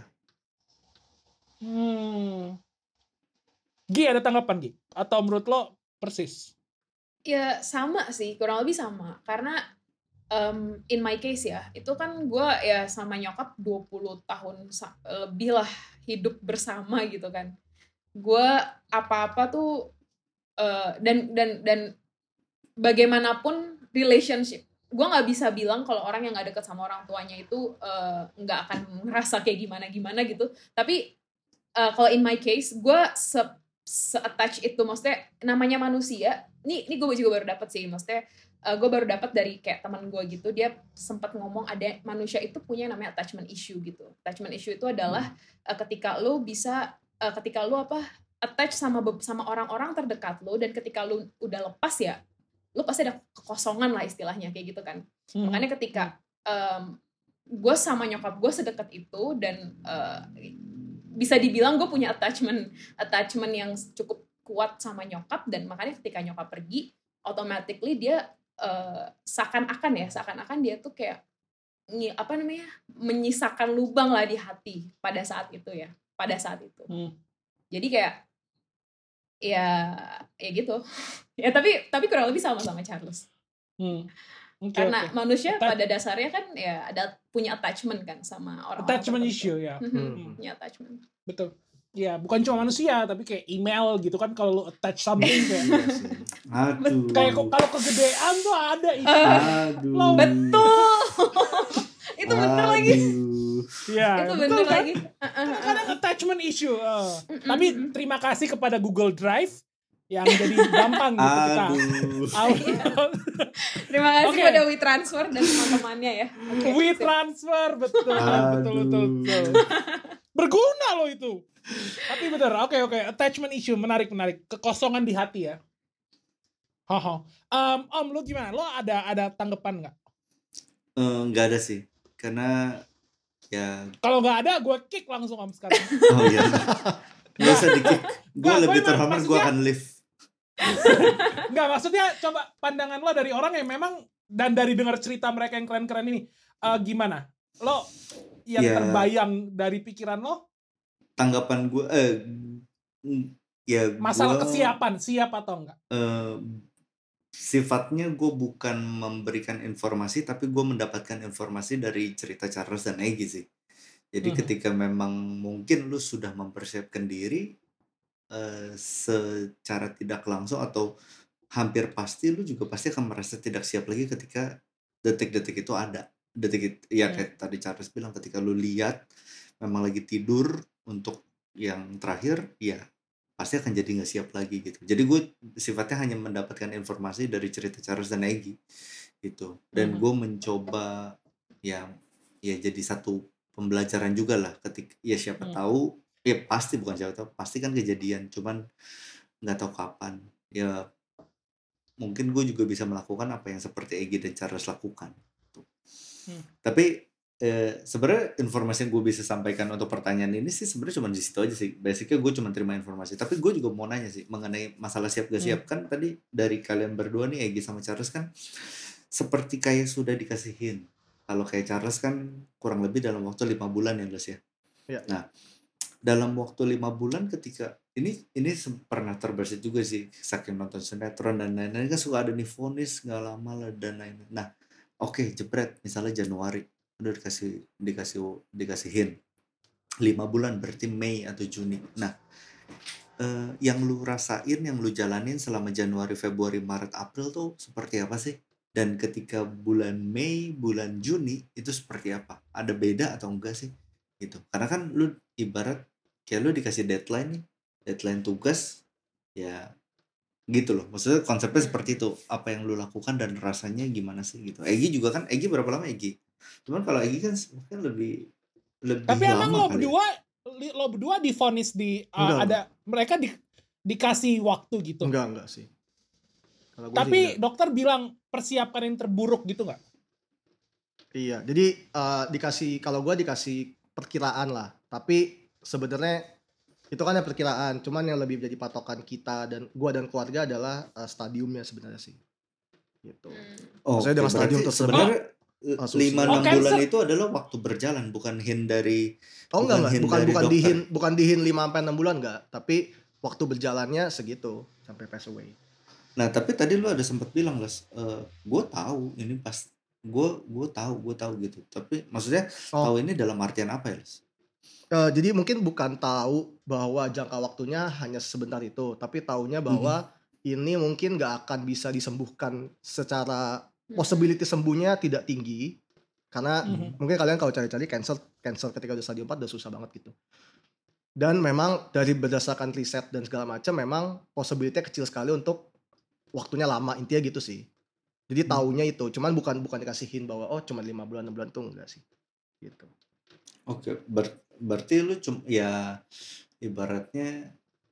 Speaker 2: Hmm. Gi, ada tanggapan Gi? Atau menurut lo persis?
Speaker 3: Ya sama sih, kurang lebih sama. Karena um, in my case ya, itu kan gue ya sama nyokap dua puluh tahun sa- lebih lah hidup bersama gitu kan. Gue apa-apa tuh uh, dan dan dan bagaimanapun relationship, gue nggak bisa bilang kalau orang yang nggak deket sama orang tuanya itu uh, nggak akan ngerasa kayak gimana-gimana gitu. Tapi uh, kalau in my case, gue se se-attach itu, maksudnya namanya manusia. Ini ini gue juga baru dapet sih, maksudnya uh, gue baru dapat dari kayak teman gue gitu, dia sempat ngomong ada manusia itu punya yang namanya attachment issue gitu. Attachment issue itu adalah uh, ketika lo bisa uh, ketika lo apa attach sama sama orang-orang terdekat lo, dan ketika lo udah lepas ya, lo pasti ada kekosongan lah istilahnya kayak gitu kan.
Speaker 2: Hmm.
Speaker 3: Makanya ketika um, gue sama nyokap gue sedekat itu, dan uh, bisa dibilang gue punya attachment attachment yang cukup kuat sama nyokap, dan makanya ketika nyokap pergi, automatically dia uh, seakan-akan ya seakan-akan dia tuh kayak apa namanya menyisakan lubang lah di hati pada saat itu ya pada saat itu.
Speaker 2: Hmm.
Speaker 3: Jadi kayak ya ya gitu ya, tapi tapi kurang lebih sama sama Charles.
Speaker 2: Hmm. Okay,
Speaker 3: Karena
Speaker 2: okay.
Speaker 3: manusia
Speaker 2: Atta-
Speaker 3: pada dasarnya kan ya ada punya attachment kan sama orang.
Speaker 2: attachment issue ya.
Speaker 3: Hmm. Punya attachment.
Speaker 2: Betul. Ya, bukan cuma manusia, tapi kayak email gitu kan, kalau lu attach something kayak
Speaker 1: Iya sih.
Speaker 4: Aduh.
Speaker 2: kayak kok- kalau kegedean tuh ada itu.
Speaker 4: Aduh.
Speaker 2: Lo-
Speaker 3: Betul. Itu bener lagi.
Speaker 4: Aduh.
Speaker 2: Ya,
Speaker 3: Itu
Speaker 2: betul
Speaker 3: bener
Speaker 2: kan?
Speaker 3: lagi.
Speaker 2: Kadang attachment issue. eh.
Speaker 3: Mm-mm.
Speaker 2: Tapi terima kasih kepada Google Drive yang jadi gampang gitu kita.
Speaker 4: Aduh.
Speaker 2: Out-
Speaker 3: Terima kasih
Speaker 2: Oke.
Speaker 3: pada WeTransfer dan teman-temannya ya. Oke,
Speaker 2: We
Speaker 3: sip.
Speaker 2: transfer, betul, betul, betul, betul. Berguna loh itu. Tapi bener, oke oke, attachment issue menarik menarik, kekosongan di hati ya. Haha. Um, Om, lu gimana? Lo ada ada tanggapan nggak?
Speaker 4: Eh, nggak ada sih, karena ya
Speaker 2: Kalau nggak ada, gue kick langsung Om sekarang.
Speaker 4: oh iya nggak usah di-kick. Gue
Speaker 2: Nggak,
Speaker 4: lebih
Speaker 2: gue emang
Speaker 4: terhormat, gue
Speaker 2: maksudnya-
Speaker 4: akan live.
Speaker 2: Nggak, maksudnya coba pandangan lo dari orang yang memang, dan dari dengar cerita mereka yang keren-keren ini, eh, gimana? Lo yang
Speaker 4: Ya.
Speaker 2: terbayang dari pikiran lo,
Speaker 4: Tanggapan gue eh mm, ya
Speaker 2: masalah
Speaker 4: gua,
Speaker 2: kesiapan, siap atau enggak?
Speaker 4: eh, sifatnya gue bukan memberikan informasi, tapi gue mendapatkan informasi dari cerita Charles dan Egy sih. Jadi
Speaker 2: Mhm.
Speaker 4: ketika memang mungkin lu sudah mempersiapkan diri, eh, secara tidak langsung atau hampir pasti lu juga pasti akan merasa tidak siap lagi ketika detik-detik itu ada. Detik it- ya
Speaker 2: Hmm.
Speaker 4: kayak tadi Charles bilang, ketika lu lihat memang lagi tidur untuk yang terakhir, ya pasti akan jadi nggak siap lagi gitu. Jadi gue sifatnya hanya mendapatkan informasi dari cerita Charles dan Egy gitu, dan
Speaker 2: Mhm.
Speaker 4: gue mencoba ya ya jadi satu pembelajaran juga lah, ketika ya siapa
Speaker 2: Hmm.
Speaker 4: tahu, ya pasti bukan siapa tahu, pasti kan kejadian, cuman nggak tahu kapan. Ya mungkin gue juga bisa melakukan apa yang seperti Egy dan Charles lakukan. Tuh.
Speaker 2: Hmm.
Speaker 4: Tapi eh, sebenarnya informasi yang gue bisa sampaikan untuk pertanyaan ini sih sebenarnya cuma di situ aja sih. Basicnya gue cuma terima informasi. Tapi gue juga mau nanya sih mengenai masalah siap gak siap. Kan tadi dari kalian berdua nih, Egy sama Charles kan seperti kayak sudah dikasihin. Kalau kayak Charles kan kurang lebih dalam waktu lima bulan ya, Les ya.
Speaker 1: Iya.
Speaker 4: Nah, dalam waktu lima bulan ketika ini ini se- pernah terbersit juga sih, saking nonton sinetron dan lain-lain kan suka ada nih vonis nggak lama lah dan lain-lain. Nah, oke, jebret misalnya Januari udah dikasih dikasih dikasihin lima bulan, berarti Mei atau Juni. Nah, eh, yang lu rasain, yang lu jalanin selama Januari, Februari, Maret, April tuh seperti apa sih? Dan ketika bulan Mei, bulan Juni itu seperti apa? Ada beda atau enggak sih? Gitu. Karena kan lu ibarat kayak lu dikasih deadline nih, deadline tugas, ya Gitu loh. Maksudnya konsepnya
Speaker 3: Hmm.
Speaker 4: seperti itu. Apa yang lu lakukan dan rasanya gimana sih gitu. Egi juga kan, Egi berapa lama Egi? Cuman kalau Egi kan mungkin lebih lebih
Speaker 2: Tapi emang
Speaker 4: lama
Speaker 2: lo
Speaker 4: kali ya.
Speaker 2: berdua li- lo berdua divonis di uh,
Speaker 1: Enggak,
Speaker 2: ada mereka di, dikasih waktu gitu.
Speaker 1: Enggak, enggak sih. Kalau gue sih
Speaker 2: Tapi
Speaker 1: enggak.
Speaker 2: dokter bilang persiapkan yang terburuk gitu nggak?
Speaker 1: Iya, jadi eh, dikasih kalau gue dikasih perkiraan lah. Tapi sebenarnya itu kan yang perkiraan. Cuman yang lebih jadi patokan kita dan gue dan keluarga adalah eh, stadiumnya sebenarnya sih. Gitu.
Speaker 3: Hmm.
Speaker 4: Oh,
Speaker 1: Maksudnya
Speaker 4: oke.
Speaker 1: dengan stadium
Speaker 4: Berarti
Speaker 1: tersebut
Speaker 4: sebenarnya
Speaker 1: asumsi.
Speaker 4: lima
Speaker 2: Oh,
Speaker 4: enam bulan
Speaker 2: cancer.
Speaker 4: itu adalah waktu berjalan, bukan hindari
Speaker 1: Oh enggak
Speaker 4: bukan
Speaker 1: enggak, bukan
Speaker 4: hindari
Speaker 1: bukan
Speaker 4: dokter.
Speaker 1: dihin bukan dihin lima sampai enam bulan enggak, tapi waktu berjalannya segitu sampai pass away.
Speaker 4: Nah, tapi tadi lu ada sempat bilang, Les, eh gue tahu ini pas gue gue tahu gue tahu gitu. Tapi maksudnya
Speaker 1: Oh,
Speaker 4: tahu ini dalam artian apa ya, Les?
Speaker 1: eh, jadi mungkin bukan tahu bahwa jangka waktunya hanya sebentar itu, tapi taunya
Speaker 4: Mhm.
Speaker 1: bahwa ini mungkin nggak akan bisa disembuhkan secara
Speaker 3: Hmm.
Speaker 1: possibility sembuhnya tidak tinggi karena
Speaker 2: Mhm.
Speaker 1: mungkin kalian kalau cari-cari cancer cancer ketika udah stadium empat udah susah banget gitu. Dan memang dari berdasarkan riset dan segala macam memang possibility-nya kecil sekali untuk waktunya lama, intinya gitu sih. Jadi
Speaker 4: Hmm.
Speaker 1: taunya itu, cuman bukan bukan dikasihin bahwa oh cuma lima bulan enam bulan tuh enggak sih. Gitu.
Speaker 4: Oke, ber- berarti lu cum ya ibaratnya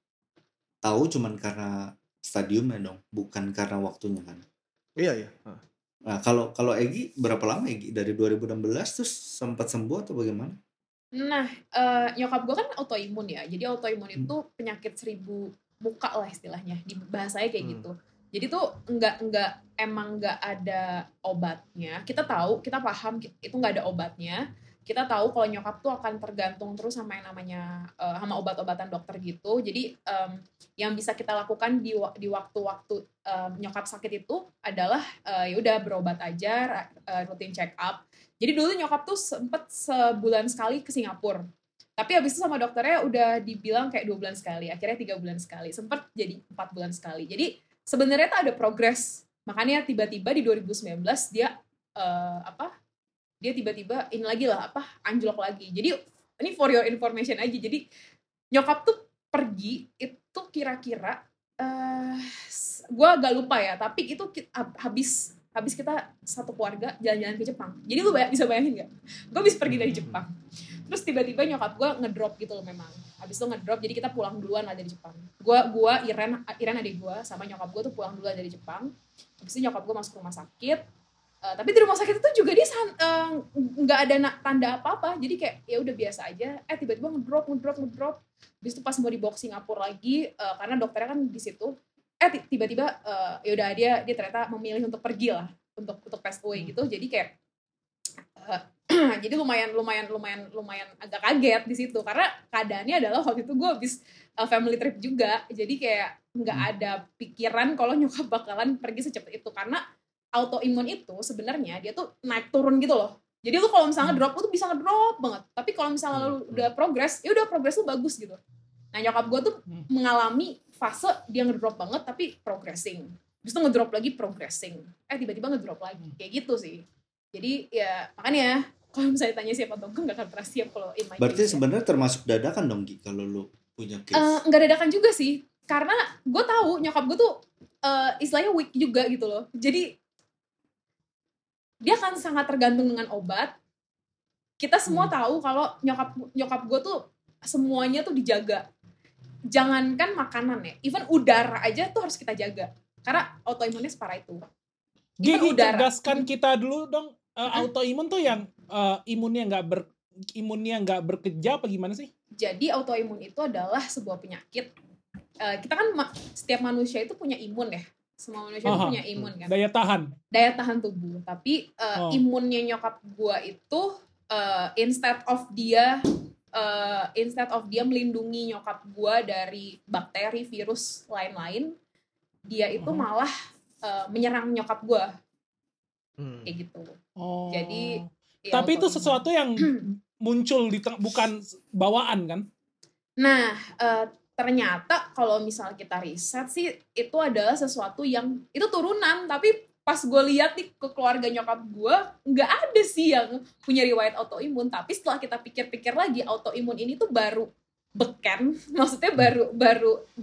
Speaker 4: tahu cuman karena stadiumnya dong, bukan karena waktunya kan.
Speaker 1: Iya ya. Heeh.
Speaker 4: Nah, kalau kalau Egi berapa lama Egi? Dari dua ribu enam belas terus sempat sembuh atau bagaimana?
Speaker 3: Nah, eh, nyokap gue kan autoimun ya. Jadi autoimun
Speaker 4: Hmm.
Speaker 3: itu penyakit seribu muka lah istilahnya. Di bahasanya kayak
Speaker 1: Hmm.
Speaker 3: gitu. Jadi tuh nggak nggak emang nggak ada obatnya. Kita tahu, kita paham ki- itu nggak ada obatnya. Kita tahu kalau nyokap tuh akan tergantung terus sama yang namanya eh, sama obat-obatan dokter gitu. Jadi em, yang bisa kita lakukan di wa- di waktu-waktu em, nyokap sakit itu adalah eh, ya udah berobat aja, ra- eh, rutin check up. Jadi dulu nyokap tuh sempet sebulan sekali ke Singapura. Tapi habis itu sama dokternya udah dibilang kayak dua bulan sekali. Akhirnya tiga bulan sekali. Sempet jadi empat bulan sekali. Jadi sebenarnya tuh ada progres. Makanya tiba-tiba di dua ribu sembilan belas dia eh, apa? Dia tiba-tiba ini lagi lah apa? Anjlok lagi. Jadi ini for your information aja. Jadi nyokap tuh pergi itu kira-kira eh gue agak lupa ya. Tapi itu ki- hab- habis habis kita satu keluarga jalan-jalan ke Jepang. Jadi lu bay- bisa bayangin gak? Gue habis pergi dari Jepang. Terus tiba-tiba nyokap gue ngedrop gitu loh memang. Habis itu ngedrop, jadi kita pulang duluan lah dari Jepang. Gue, gue, Iren, Iren adik gue sama nyokap gue tuh pulang duluan dari Jepang. Habis itu nyokap gue masuk rumah sakit. Uh, tapi di rumah sakit itu juga dia san- uh, nggak ada na- tanda apa-apa. Jadi kayak ya udah biasa aja. Eh tiba-tiba ngedrop, ngedrop, ngedrop. Habis itu pas mau dibawa ke Singapura lagi, uh, karena dokternya kan di situ. Eh tiba-tiba uh, ya udah dia dia ternyata memilih untuk pergi lah, untuk untuk pass away gitu. Jadi kayak uh, jadi lumayan lumayan lumayan lumayan agak kaget di situ karena keadaannya adalah waktu itu gue habis uh, family trip juga. Jadi kayak nggak ada pikiran kalau nyokap bakalan pergi secepat itu karena autoimun itu sebenarnya dia tuh naik turun gitu loh. Jadi lu kalau misalnya drop lu tuh bisa ngedrop banget. Tapi kalau misalnya lu udah progres, ya udah progres lu bagus gitu. Nah nyokap gue tuh mengalami fase dia ngedrop banget tapi progressing. Terus tuh ngedrop lagi progressing. Eh tiba-tiba ngedrop lagi. Kayak gitu sih. Jadi ya makanya kalau misalnya tanya siapa dong, gue gak akan pernah siap kalau in my
Speaker 4: Berarti
Speaker 3: case ya.
Speaker 4: sebenarnya termasuk dadakan dong Gi kalau lu punya case.
Speaker 3: Eh, nggak dadakan juga sih. Karena gue tahu nyokap gue tuh eh, istilahnya weak juga gitu loh. Jadi dia akan sangat tergantung dengan obat. Kita semua
Speaker 2: Hmm.
Speaker 3: tahu kalau nyokap nyokap gue tuh semuanya tuh dijaga. Jangankan makanan ya, even udara aja tuh harus kita jaga. Karena autoimunnya separah itu. Even
Speaker 2: Gigi,
Speaker 3: udara.
Speaker 2: cerdaskan kita dulu dong. Uh, autoimun tuh yang uh, imunnya nggak ber imunnya nggak bekerja apa gimana sih?
Speaker 3: Jadi autoimun itu adalah sebuah penyakit. Eh, kita kan ma- setiap manusia itu punya imun ya. Semua manusia itu
Speaker 2: Aha.
Speaker 3: punya imun kan.
Speaker 2: Daya tahan.
Speaker 3: Daya tahan tubuh. Tapi eh,
Speaker 2: Oh.
Speaker 3: imunnya nyokap gua itu eh, instead of dia eh, instead of dia melindungi nyokap gua dari bakteri, virus lain-lain, dia itu
Speaker 2: Mhm.
Speaker 3: malah eh, menyerang nyokap gua
Speaker 1: Hmm.
Speaker 3: kayak gitu.
Speaker 2: Oh.
Speaker 3: Jadi ya,
Speaker 2: Tapi itu
Speaker 3: autoimun.
Speaker 2: sesuatu yang muncul di teng- bukan bawaan kan?
Speaker 3: Nah, eh, ternyata kalau misal kita riset sih itu adalah sesuatu yang itu turunan, tapi pas gue lihat nih ke keluarga nyokap gue nggak ada sih yang punya riwayat autoimun. Tapi setelah kita pikir-pikir lagi, autoimun ini tuh baru beken, maksudnya baru baru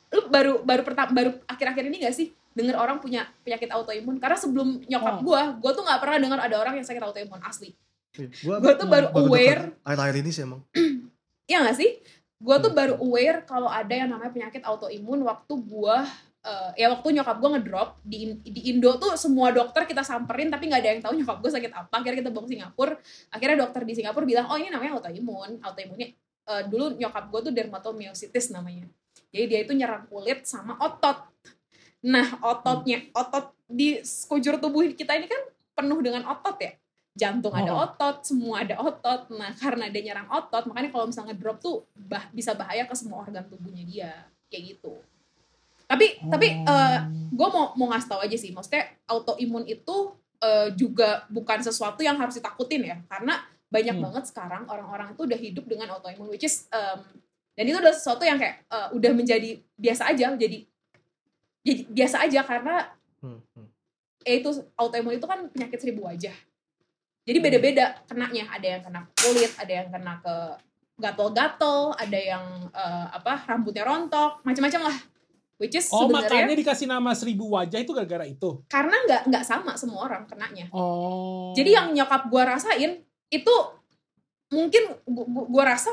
Speaker 3: lu baru baru pertama baru akhir-akhir ini gak sih denger orang punya penyakit autoimun? Karena sebelum nyokap
Speaker 2: Oh.
Speaker 3: gue, gue tuh nggak pernah dengar ada orang yang sakit autoimun asli.
Speaker 1: Gua,
Speaker 3: Gue tuh baru aware,
Speaker 1: akhir-akhir ini sih emang.
Speaker 3: ya nggak sih? Gue tuh
Speaker 1: Hmm.
Speaker 3: baru aware kalau ada yang namanya penyakit autoimun waktu gue, uh, ya waktu nyokap gue ngedrop di di Indo tuh semua dokter kita samperin tapi nggak ada yang tahu nyokap gue sakit apa. Akhirnya kita bawa ke Singapura. Akhirnya dokter di Singapura bilang, oh ini namanya autoimun. Autoimunnya uh, dulu nyokap gue tuh dermatomyositis namanya. Jadi dia itu nyerang kulit sama otot. Nah ototnya, otot di sekujur tubuh kita ini kan penuh dengan otot ya. Jantung ada
Speaker 2: Oh.
Speaker 3: otot, semua ada otot. Nah karena dia nyerang otot, makanya kalau misalnya drop tuh bah- bisa bahaya ke semua organ tubuhnya dia. Kayak gitu. Tapi tapi
Speaker 2: Oh.
Speaker 3: gue mau mau ngasih tau aja sih, maksudnya autoimun itu uh, juga bukan sesuatu yang harus ditakutin ya. Karena banyak
Speaker 2: Hmm.
Speaker 3: banget sekarang orang-orang itu udah hidup dengan autoimun, which is um, dan itu udah sesuatu yang kayak uh, udah menjadi biasa aja, jadi jadi biasa aja karena
Speaker 1: Hmm, hmm.
Speaker 3: eh itu autoimun itu kan penyakit seribu wajah. Jadi beda-beda kenanya, ada yang kena kulit, ada yang kena ke gatel-gatel, ada yang uh, apa rambutnya rontok, macam-macam lah. Which is
Speaker 2: Oh,
Speaker 3: sebenarnya
Speaker 2: makanya dikasih nama seribu wajah itu gara-gara itu.
Speaker 3: karena nggak nggak sama semua orang kenanya.
Speaker 2: Oh.
Speaker 3: Jadi yang nyokap gue rasain itu mungkin gua, gua, gua rasa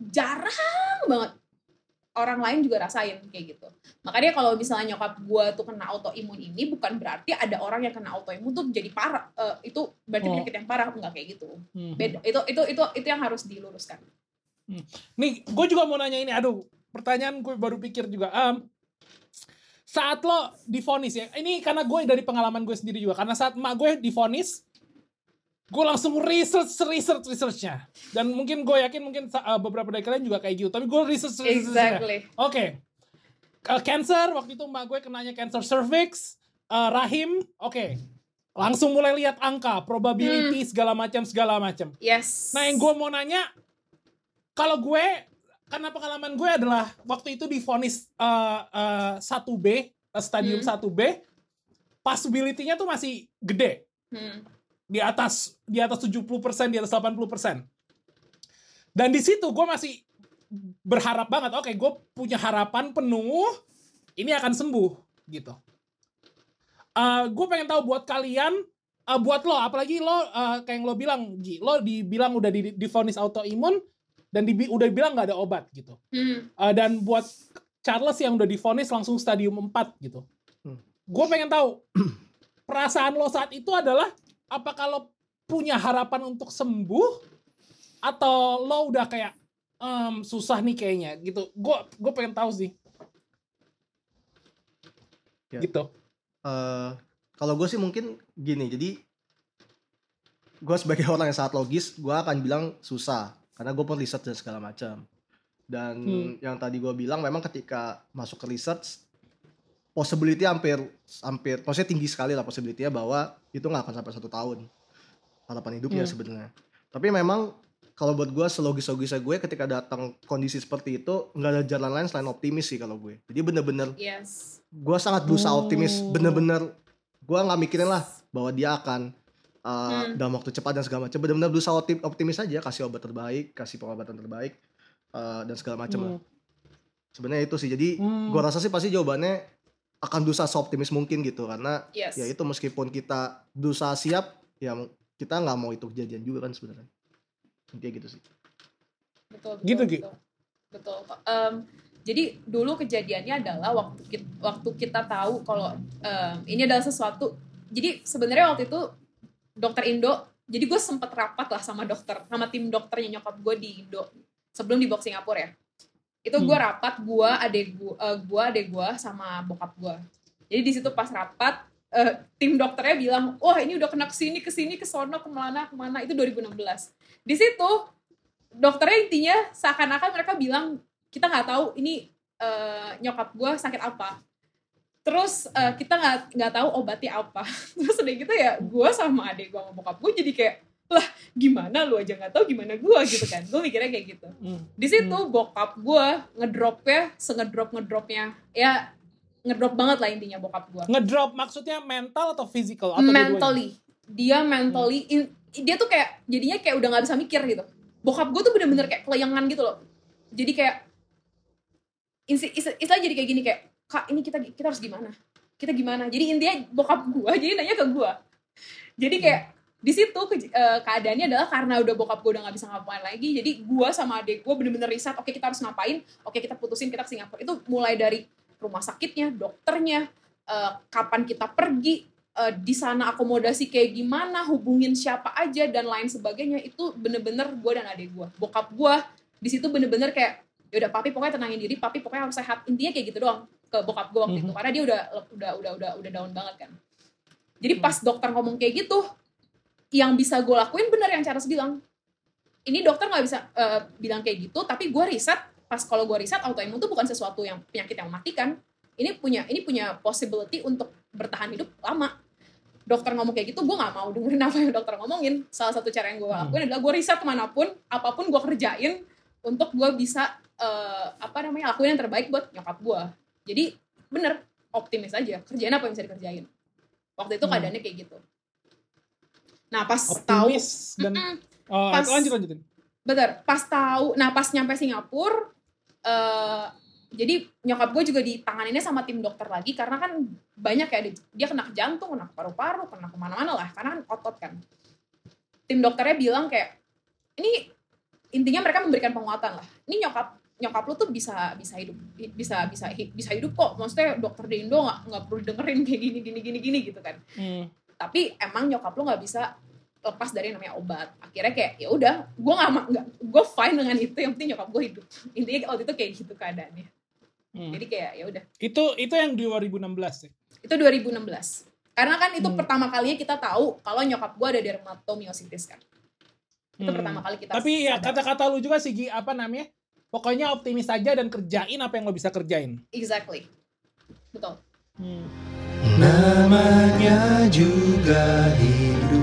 Speaker 3: jarang banget orang lain juga rasain kayak gitu. Makanya kalau misalnya nyokap gue tuh kena autoimun ini bukan berarti ada orang yang kena autoimun tuh jadi parah. Eh, itu berarti
Speaker 2: Oh.
Speaker 3: penyakit yang parah, enggak kayak gitu.
Speaker 2: Hmm.
Speaker 3: Beda. Itu itu itu itu yang harus diluruskan.
Speaker 2: Nih, gue juga mau nanya ini. Aduh, pertanyaan gue baru pikir juga. Um, saat lo divonis ya, ini karena gue dari pengalaman gue sendiri juga. Karena saat emak gue divonis, gue langsung research research researchnya. Dan mungkin gue yakin mungkin uh, beberapa dari kalian juga kayak gitu. Tapi gue research researchnya.
Speaker 3: Exactly.
Speaker 2: Oke, Uh, cancer waktu itu emak gue kenanya cancer cervix, uh, rahim. Oke, langsung mulai lihat angka, probability segala macam segala macam.
Speaker 3: Yes.
Speaker 2: Nah yang gue mau nanya, kalau gue, karena pengalaman gue adalah waktu itu divonis uh, uh, satu B, uh, stadium
Speaker 3: Hmm.
Speaker 2: satu B, possibility-nya tuh masih gede.
Speaker 3: Hmm.
Speaker 2: Di atas di atas tujuh puluh persen, di atas delapan puluh persen. Dan di situ gue masih berharap banget, oke gue punya harapan penuh, ini akan sembuh, gitu. Uh, gue pengen tahu buat kalian, uh, buat lo, apalagi lo uh, kayak yang lo bilang, Gi, lo dibilang udah di, divonis autoimun dan di, udah bilang nggak ada obat gitu.
Speaker 3: Hmm.
Speaker 2: Uh, dan buat Charles yang udah divonis langsung stadium empat gitu.
Speaker 1: Hmm.
Speaker 2: Gue pengen tahu perasaan lo saat itu adalah apakah lo punya harapan untuk sembuh atau lo udah kayak ehm, susah nih kayaknya gitu. Gue gue pengen tahu sih.
Speaker 1: Ya.
Speaker 2: Gitu.
Speaker 1: Eh, kalau gue sih mungkin gini, jadi gue sebagai orang yang sangat logis, gue akan bilang susah karena gue pun riset dan segala macam. Dan
Speaker 2: Hmm.
Speaker 1: yang tadi gue bilang memang ketika masuk ke research, possibility hampir hampir, maksudnya tinggi sekali lah possibility-nya bahwa itu nggak akan sampai satu tahun harapan hidupnya
Speaker 2: Hmm.
Speaker 1: sebenarnya. Tapi memang kalau buat gue selogis-logisnya gue ketika datang kondisi seperti itu nggak ada jalan lain selain optimis sih kalau gue. Jadi bener-bener
Speaker 3: Yes.
Speaker 1: gue sangat berusaha
Speaker 2: Oh.
Speaker 1: optimis, bener-bener gue nggak mikirin lah bahwa dia akan uh,
Speaker 3: Hmm.
Speaker 1: dalam waktu cepat dan segala macam, bener-bener berusaha optim- optimis aja, kasih obat terbaik, kasih pengobatan terbaik uh, dan segala macam lah.
Speaker 2: Hmm.
Speaker 1: Sebenarnya itu sih, jadi
Speaker 2: Hmm.
Speaker 1: gue rasa sih pasti jawabannya akan berusaha seoptimis mungkin gitu, karena
Speaker 3: Yes.
Speaker 1: ya itu meskipun kita berusaha siap, ya kita nggak mau itu kejadian juga kan sebenarnya, kayak gitu sih.
Speaker 3: Betul, betul,
Speaker 2: Gitu, Gi.
Speaker 3: betul. Betul. Em, jadi dulu kejadiannya adalah waktu kita, waktu kita tahu kalau em, ini adalah sesuatu. Jadi sebenarnya waktu itu dokter Indo, jadi gue sempet rapat lah sama dokter, sama tim dokternya nyokap gue di Indo sebelum dibawa ke Singapura ya. Itu gue
Speaker 2: Hmm.
Speaker 3: rapat, gue adek gue, gue adek gue sama bokap gue. Jadi di situ pas rapat, eh, tim dokternya bilang, wah ini udah kena kesini, kesini, kesono, kemana, kemana. Itu dua ribu enam belas. Di situ dokternya intinya seakan-akan mereka bilang kita nggak tahu ini uh, nyokap gue sakit apa, terus uh, kita nggak nggak tahu obatnya apa. Terus udah gitu ya gue sama adik gue sama bokap gue jadi kayak lah gimana lu aja nggak tahu gimana gue gitu kan, gue mikirnya kayak gitu.
Speaker 2: Hmm.
Speaker 3: Di situ bokap gue ngedropnya sengedrop ngedropnya ya ngedrop banget lah intinya bokap gue.
Speaker 2: Ngedrop maksudnya mental atau physical atau dua-duanya?
Speaker 3: Mentally dia mentally in- dia tuh kayak jadinya kayak udah nggak bisa mikir gitu. Bokap gue tuh bener-bener kayak kelayangan gitu loh. Jadi kayak Insi- is- istilah jadi kayak gini kayak, kak ini kita kita harus gimana? Kita gimana? Jadi intinya bokap gue jadi nanya ke gue. Jadi kayak di situ ke- eh, keadaannya adalah karena udah bokap gue udah nggak bisa ngapain lagi. Jadi gue sama adik gue bener-bener riset. Oke kita harus ngapain? Oke kita putusin kita ke Singapura. Itu mulai dari rumah sakitnya, dokternya, eh, kapan kita pergi, eh, di sana akomodasi kayak gimana, hubungin siapa aja dan lain sebagainya. Itu bener-bener gue dan adik gue. Bokap gue di situ bener-bener kayak, yaudah papi pokoknya tenangin diri, papi pokoknya harus sehat. Intinya kayak gitu doang ke bokap gue waktu
Speaker 2: Mhm.
Speaker 3: itu karena dia udah udah udah udah udah down banget kan. Jadi pas dokter ngomong kayak gitu, yang bisa gue lakuin bener yang Charles bilang. Ini dokter nggak bisa uh, bilang kayak gitu, tapi gue riset. Pas kalau gue riset, autoimun itu bukan sesuatu yang penyakit yang mematikan. Ini punya ini punya possibility untuk bertahan hidup lama. Dokter ngomong kayak gitu, gue nggak mau dengerin apa yang dokter ngomongin. Salah satu cara yang gue lakuin adalah gue riset kemanapun, apapun gue kerjain untuk gue bisa uh, apa namanya lakuin yang terbaik buat nyokap gue. Jadi bener optimis aja, kerjain apa yang bisa dikerjain. Waktu itu keadaannya kayak gitu. Nah pas tahu,
Speaker 2: Optimis dan
Speaker 3: Mm-mm.
Speaker 2: oh,
Speaker 3: Pas-
Speaker 2: lanjut lanjutin.
Speaker 3: bener, pas tahu, nah pas nyampe Singapura, eh jadi nyokap gue juga ditanganinnya sama tim dokter lagi karena kan banyak ya dia, dia kena ke jantung, kena ke paru-paru, kena kemana-mana lah karena kan otot kan. Tim dokternya bilang kayak ini intinya mereka memberikan penguatan lah. Ini nyokap nyokap lu tuh bisa bisa hidup bisa bisa bisa hidup kok. Maksudnya dokter di Indo nggak nggak perlu dengerin kayak gini gini gini gini gitu kan.
Speaker 2: Hmm.
Speaker 3: Tapi emang nyokap lu nggak bisa lepas dari yang namanya obat. Akhirnya kayak ya udah, gue nggak nggak gue fine dengan itu. Yang penting nyokap gue hidup. Intinya waktu itu kayak gitu keadaannya.
Speaker 2: Hmm.
Speaker 3: Jadi kayak ya udah.
Speaker 2: Itu itu yang dua ribu enam belas ya.
Speaker 3: Itu dua ribu enam belas. Karena kan itu
Speaker 2: Hmm.
Speaker 3: pertama kalinya kita tahu kalau nyokap gue ada dermatomyositis kan. Itu
Speaker 2: Hmm.
Speaker 3: pertama kali kita.
Speaker 2: Tapi ya
Speaker 3: sadar.
Speaker 2: kata-kata lu juga sih Gi, apa namanya? Pokoknya optimis aja dan kerjain apa yang lo bisa kerjain.
Speaker 3: Exactly. Betul.
Speaker 2: Hmm.
Speaker 5: Namanya juga hidup.